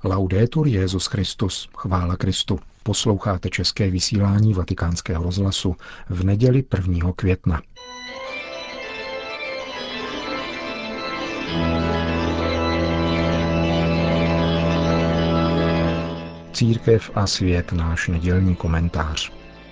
Laudetur Jesus Christus, chvála Kristu. Posloucháte české vysílání Vatikánského rozhlasu v neděli 1. května. Církev a svět, náš nedělní komentář.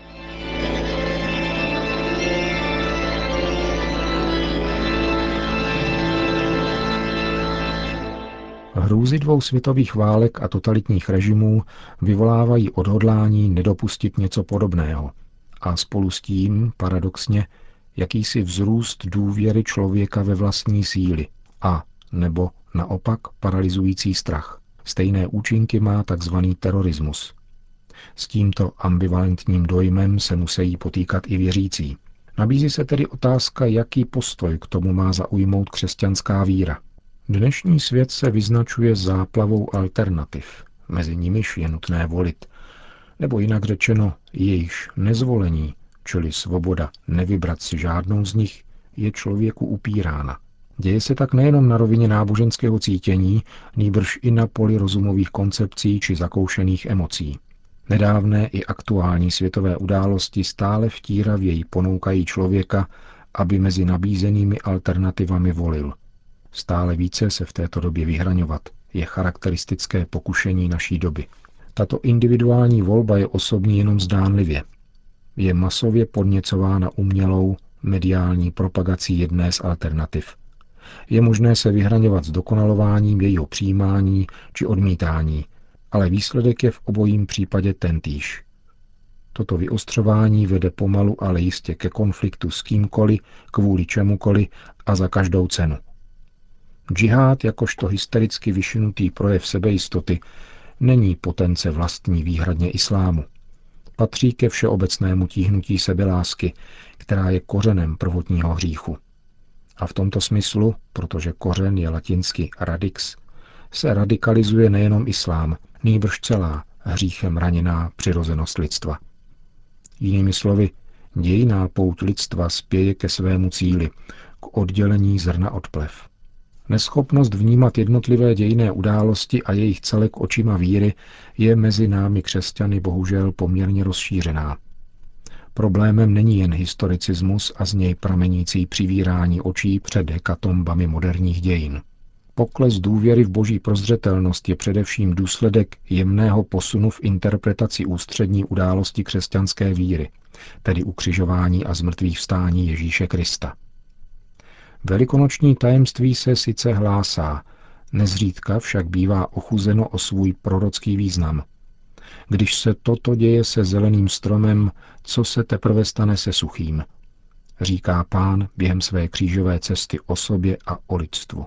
Hrůzy 2 světových válek a totalitních režimů vyvolávají odhodlání nedopustit něco podobného a spolu s tím, paradoxně, jakýsi vzrůst důvěry člověka ve vlastní síly a nebo naopak paralyzující strach. Stejné účinky má tzv. Terorismus. S tímto ambivalentním dojmem se musí potýkat i věřící. Nabízí se tedy otázka, jaký postoj k tomu má zaujmout křesťanská víra. Dnešní svět se vyznačuje záplavou alternativ, mezi nimiž je nutné volit, nebo jinak řečeno, jejichž nezvolení, čili svoboda nevybrat si žádnou z nich, je člověku upírána. Děje se tak nejenom na rovině náboženského cítění, nýbrž i na poli rozumových koncepcí či zakoušených emocí. Nedávné i aktuální světové události stále vtíravěji ponoukají člověka, aby mezi nabízenými alternativami volil. Stále více se v této době vyhraňovat je charakteristické pokušení naší doby. Tato individuální volba je osobní jenom zdánlivě. Je masově podněcována umělou mediální propagací jedné z alternativ. Je možné se vyhraňovat s dokonalováním jejího přijímání či odmítání, ale výsledek je v obojím případě tentýž. Toto vyostřování vede pomalu, ale jistě ke konfliktu s kýmkoliv, kvůli čemukoliv a za každou cenu. Džihád jakožto hystericky vyšinutý projev sebejistoty není potence vlastní výhradně islámu. Patří ke všeobecnému tíhnutí sebelásky, která je kořenem prvotního hříchu. A v tomto smyslu, protože kořen je latinsky radix, se radikalizuje nejenom islám, nýbrž celá hříchem raněná přirozenost lidstva. Jinými slovy, dějinná pouť lidstva spěje ke svému cíli, k oddělení zrna od plev. Neschopnost vnímat jednotlivé dějinné události a jejich celek očima víry je mezi námi křesťany bohužel poměrně rozšířená. Problémem není jen historicismus a z něj pramenící přivírání očí před hekatombami moderních dějin. Pokles důvěry v boží prozřetelnost je především důsledek jemného posunu v interpretaci ústřední události křesťanské víry, tedy ukřižování a zmrtvýchvstání Ježíše Krista. Velikonoční tajemství se sice hlásá, nezřídka však bývá ochuzeno o svůj prorocký význam. Když se toto děje se zeleným stromem, co se teprve stane se suchým, říká Pán během své křížové cesty o sobě a o lidstvu.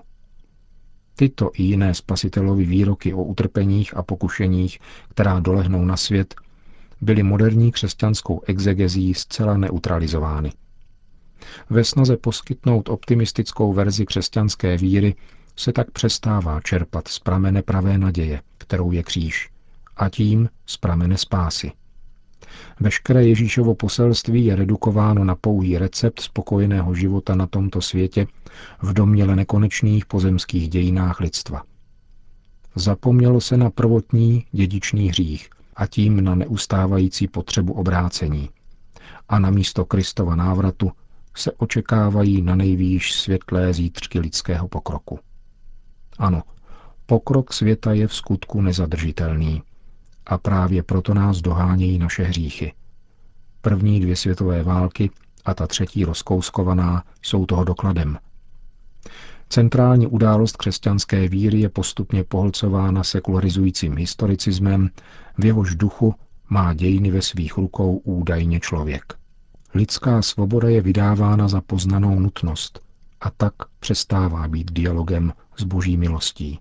Tyto i jiné spasitelovy výroky o utrpeních a pokušeních, která dolehnou na svět, byly moderní křesťanskou exegezí zcela neutralizovány. Ve snaze poskytnout optimistickou verzi křesťanské víry se tak přestává čerpat z pramene pravé naděje, kterou je kříž, a tím z pramene spásy. Veškeré Ježíšovo poselství je redukováno na pouhý recept spokojeného života na tomto světě v domněle nekonečných pozemských dějinách lidstva. Zapomnělo se na prvotní dědičný hřích a tím na neustávající potřebu obrácení. A na místo Kristova návratu se očekávají na nejvýš světlé zítřky lidského pokroku. Ano, pokrok světa je v skutku nezadržitelný a právě proto nás dohánějí naše hříchy. První 2 světové války a ta třetí rozkouskovaná jsou toho dokladem. Centrální událost křesťanské víry je postupně pohlcována sekularizujícím historicismem, v jehož duchu má dějiny ve svých rukou údajně člověk. Lidská svoboda je vydávána za poznanou nutnost a tak přestává být dialogem s boží milostí.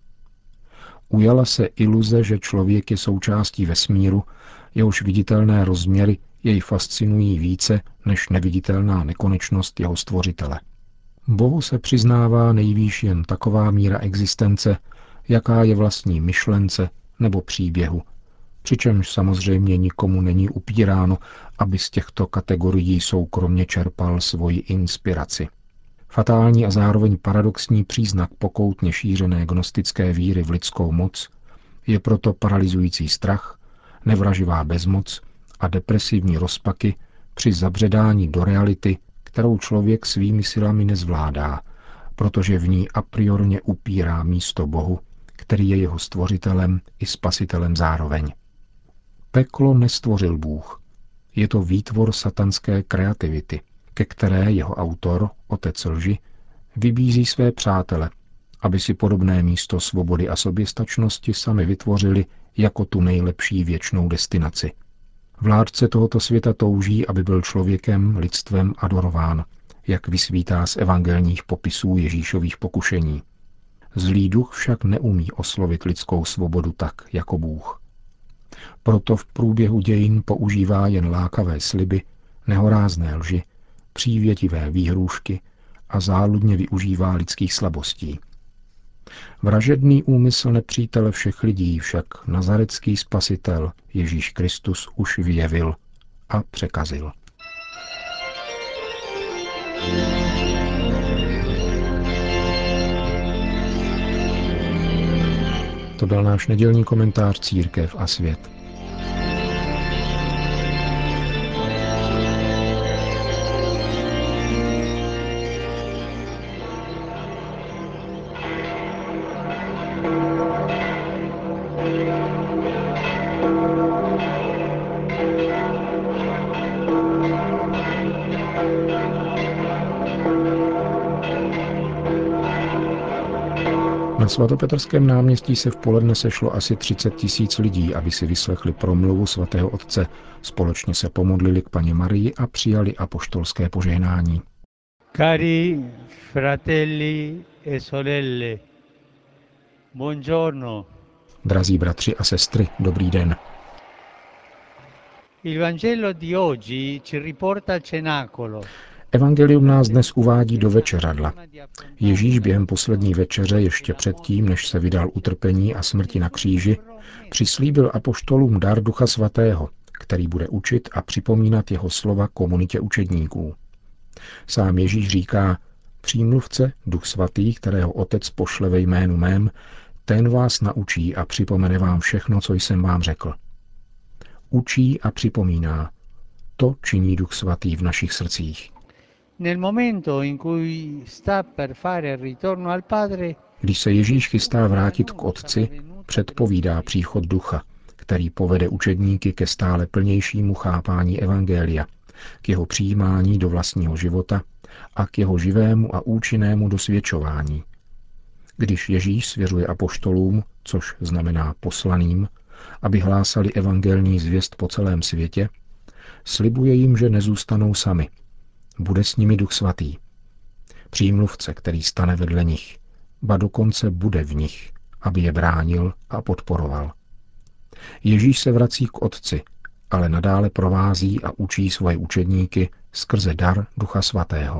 Ujala se iluze, že člověk je součástí vesmíru, jehož viditelné rozměry jej fascinují více než neviditelná nekonečnost jeho stvořitele. Bohu se přiznává nejvýš jen taková míra existence, jaká je vlastní myšlence nebo příběhu, přičemž samozřejmě nikomu není upíráno, aby z těchto kategorií soukromě čerpal svoji inspiraci. Fatální a zároveň paradoxní příznak pokoutně šířené gnostické víry v lidskou moc Je proto paralyzující strach, nevraživá bezmoc a depresivní rozpaky při zabředání do reality, kterou člověk svými silami nezvládá, protože v ní a priorně upírá místo Bohu, který je jeho stvořitelem i spasitelem zároveň. Peklo nestvořil Bůh. Je to výtvor satanské kreativity, ke které jeho autor, otec lži, vybízí své přátele, aby si podobné místo svobody a soběstačnosti sami vytvořili jako tu nejlepší věčnou destinaci. Vládce tohoto světa touží, aby byl člověkem, lidstvem adorován, jak vysvítá z evangelních popisů Ježíšových pokušení. Zlý duch však neumí oslovit lidskou svobodu tak, jako Bůh. Proto v průběhu dějin používá jen lákavé sliby, nehorázné lži, přívětivé výhrůžky a záludně využívá lidských slabostí. Vražedný úmysl nepřítele všech lidí však nazarecký spasitel Ježíš Kristus už vyjevil a překazil. To byl náš nedělní komentář Církev a svět. Na svatopetrském náměstí se v poledne sešlo asi 30 000 lidí, aby si vyslechli promluvu svatého otce. Společně se pomodlili k Panně Marii a přijali apoštolské požehnání. Cari fratelli e sorelle, buongiorno. Drazí bratři a sestry, dobrý den. Il Vangelo di oggi ci riporta al cenacolo. Evangelium nás dnes uvádí do večeřadla. Ježíš během poslední večeře, ještě předtím, než se vydal utrpení a smrti na kříži, přislíbil apoštolům dar Ducha Svatého, který bude učit a připomínat jeho slova komunitě učedníků. Sám Ježíš říká: přímluvce, Duch Svatý, kterého Otec pošle ve jménu mém, ten vás naučí a připomene vám všechno, co jsem vám řekl. Učí a připomíná. To činí Duch Svatý v našich srdcích. Když se Ježíš chystá vrátit k Otci, předpovídá příchod Ducha, který povede učedníky ke stále plnějšímu chápání evangelia, k jeho přijímání do vlastního života a k jeho živému a účinnému dosvědčování. Když Ježíš svěřuje apoštolům, což znamená poslaným, aby hlásali evangelní zvěst po celém světě, slibuje jim, že nezůstanou sami. Bude s nimi Duch Svatý. Přímluvce, který stane vedle nich, ba dokonce bude v nich, aby je bránil a podporoval. Ježíš se vrací k Otci, ale nadále provází a učí svoje učedníky skrze dar Ducha Svatého.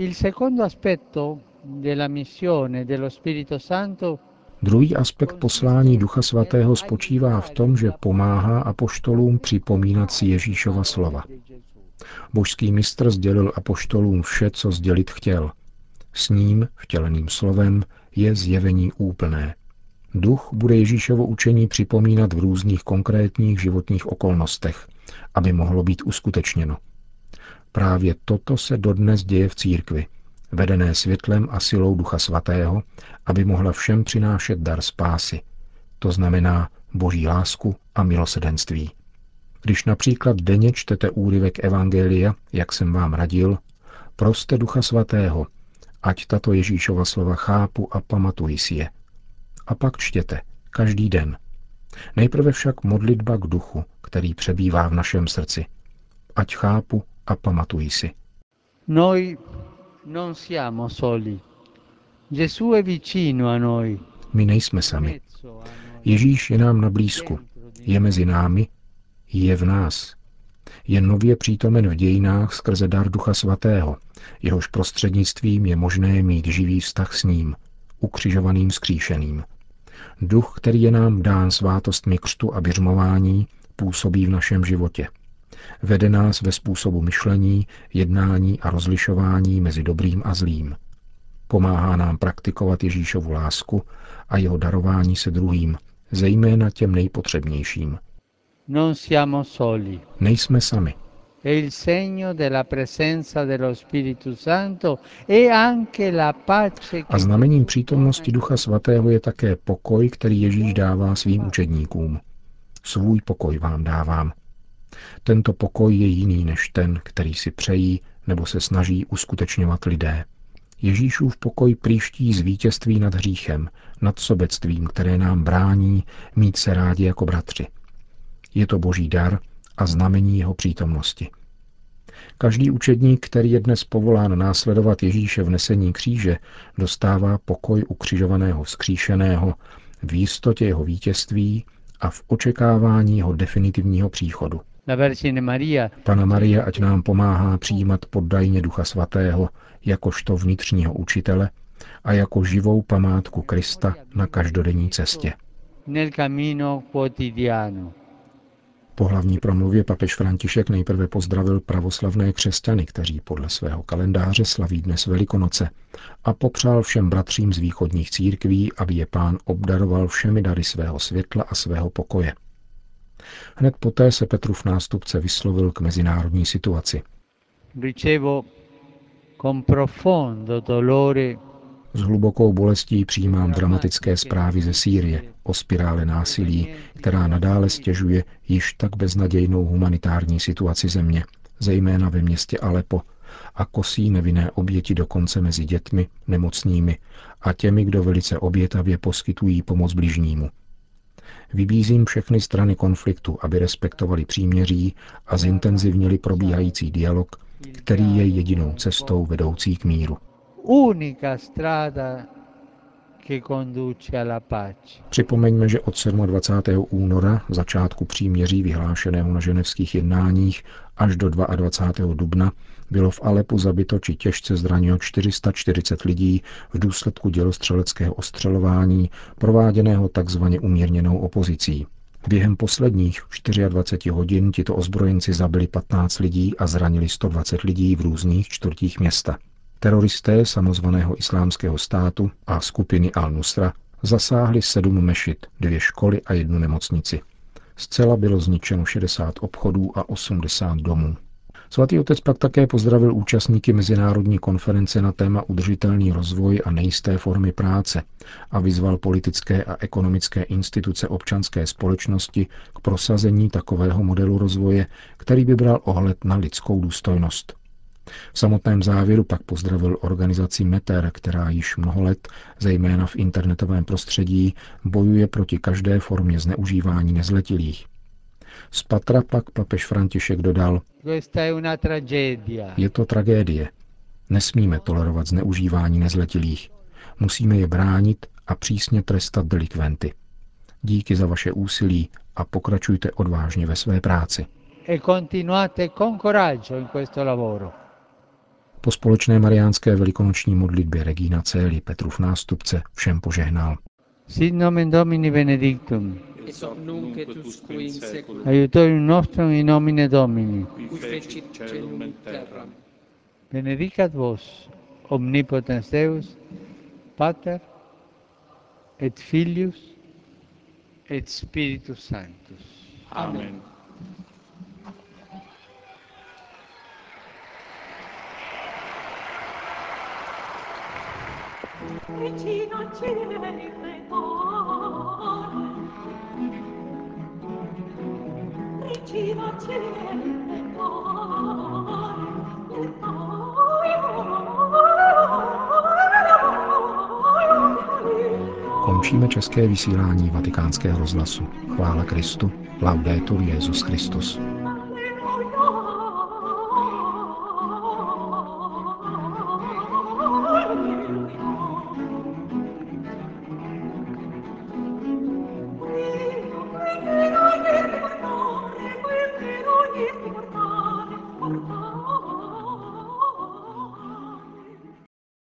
Druhý aspekt poslání Ducha Svatého spočívá v tom, že pomáhá apoštolům připomínat si Ježíšova slova. Božský mistr sdělil apoštolům vše, co sdělit chtěl. S ním, vtěleným slovem, je zjevení úplné. Duch bude Ježíšovo učení připomínat v různých konkrétních životních okolnostech, aby mohlo být uskutečněno. Právě toto se dodnes děje v církvi, vedené světlem a silou Ducha Svatého, aby mohla všem přinášet dar spásy, to znamená Boží lásku a milosrdenství. Když například denně čtete úryvek Evangelia, jak jsem vám radil, proste Ducha Svatého, ať tato Ježíšova slova chápu a pamatuji si je. A pak čtěte, každý den. Nejprve však modlitba k Duchu, který přebývá v našem srdci. Ať chápu a pamatuji si. Noi non siamo soli. Gesù è vicino a noi. My nejsme sami. Ježíš je nám na blízku, je mezi námi, je v nás. Je nově přítomen v dějinách skrze dar Ducha Svatého, jehož prostřednictvím je možné mít živý vztah s ním, ukřižovaným vzkříšeným. Duch, který je nám dán svátostmi křtu a biřmování, působí v našem životě. Vede nás ve způsobu myšlení, jednání a rozlišování mezi dobrým a zlým. Pomáhá nám praktikovat Ježíšovu lásku a jeho darování se druhým, zejména těm nejpotřebnějším. Non siamo soli. Nejsme sami. È il segno della presenza dello Spirito Santo e anche la pace A che znamením přítomnosti Ducha Svatého je také pokoj, který Ježíš dává svým učedníkům. Svůj pokoj vám dávám. Tento pokoj je jiný než ten, který si přejí nebo se snaží uskutečňovat lidé. Ježíšův pokoj prýští z vítězství nad hříchem, nad sobectvím, které nám brání mít se rádi jako bratři. Je to boží dar a znamení jeho přítomnosti. Každý učedník, který je dnes povolán následovat Ježíše v nesení kříže, dostává pokoj ukřižovaného vzkříšeného v jistotě jeho vítězství a v očekávání jeho definitivního příchodu. Panna Maria ať nám pomáhá přijímat poddajně Ducha Svatého jakožto vnitřního učitele a jako živou památku Krista na každodenní cestě. Po hlavní promluvě papež František nejprve pozdravil pravoslavné křesťany, kteří podle svého kalendáře slaví dnes Velikonoce, a popřál všem bratřím z východních církví, aby je Pán obdaroval všemi dary svého světla a svého pokoje. Hned poté se Petrův nástupce vyslovil k mezinárodní situaci. S hlubokou bolestí přijímám dramatické zprávy ze Sýrie o spirále násilí, která nadále stěžuje již tak beznadějnou humanitární situaci země, zejména ve městě Aleppo, a kosí nevinné oběti dokonce mezi dětmi, nemocnými a těmi, kdo velice obětavě poskytují pomoc bližnímu. Vybízím všechny strany konfliktu, aby respektovali příměří a zintenzivnili probíhající dialog, který je jedinou cestou vedoucí k míru. Připomeňme, že od 27. února, začátku příměří vyhlášeného na ženevských jednáních, až do 22. dubna bylo v Aleppu zabito či těžce zraněno 440 lidí v důsledku dělostřeleckého ostřelování prováděného takzvaně umírněnou opozicí. Během posledních 24 hodin tito ozbrojenci zabili 15 lidí a zranili 120 lidí v různých čtvrtích města. Teroristé samozvaného islámského státu a skupiny Al-Nusra zasáhli 7 mešit, 2 školy a 1 nemocnici. Zcela bylo zničeno 60 obchodů a 80 domů. Svatý otec pak také pozdravil účastníky mezinárodní konference na téma udržitelný rozvoj a nejisté formy práce a vyzval politické a ekonomické instituce občanské společnosti k prosazení takového modelu rozvoje, který by bral ohled na lidskou důstojnost. V samotném závěru pak pozdravil organizaci Meter, která již mnoho let, zejména v internetovém prostředí, bojuje proti každé formě zneužívání nezletilých. Z patra pak papež František dodal: Je to tragédie. Nesmíme tolerovat zneužívání nezletilých. Musíme je bránit a přísně trestat delikventy. Díky za vaše úsilí a pokračujte odvážně ve své práci. Po společné mariánské velikonoční modlitbě Regina Coeli Petrův nástupce všem požehnal. Sit nomen Domini benedictum. Et hoc nunc et usque in seculum. Aiutorium nostrum in nomine Domini. Qui fecit caelum et terram. Benedicat vos, omnipotens Deus, Pater, et Filius, et Spiritus Sanctus. Amen. Regina Coeli pecare, Regina Coeli Končíme české vysílání Vatikánského rozhlasu. Chvála Kristu. Laudetur Jesus Christus.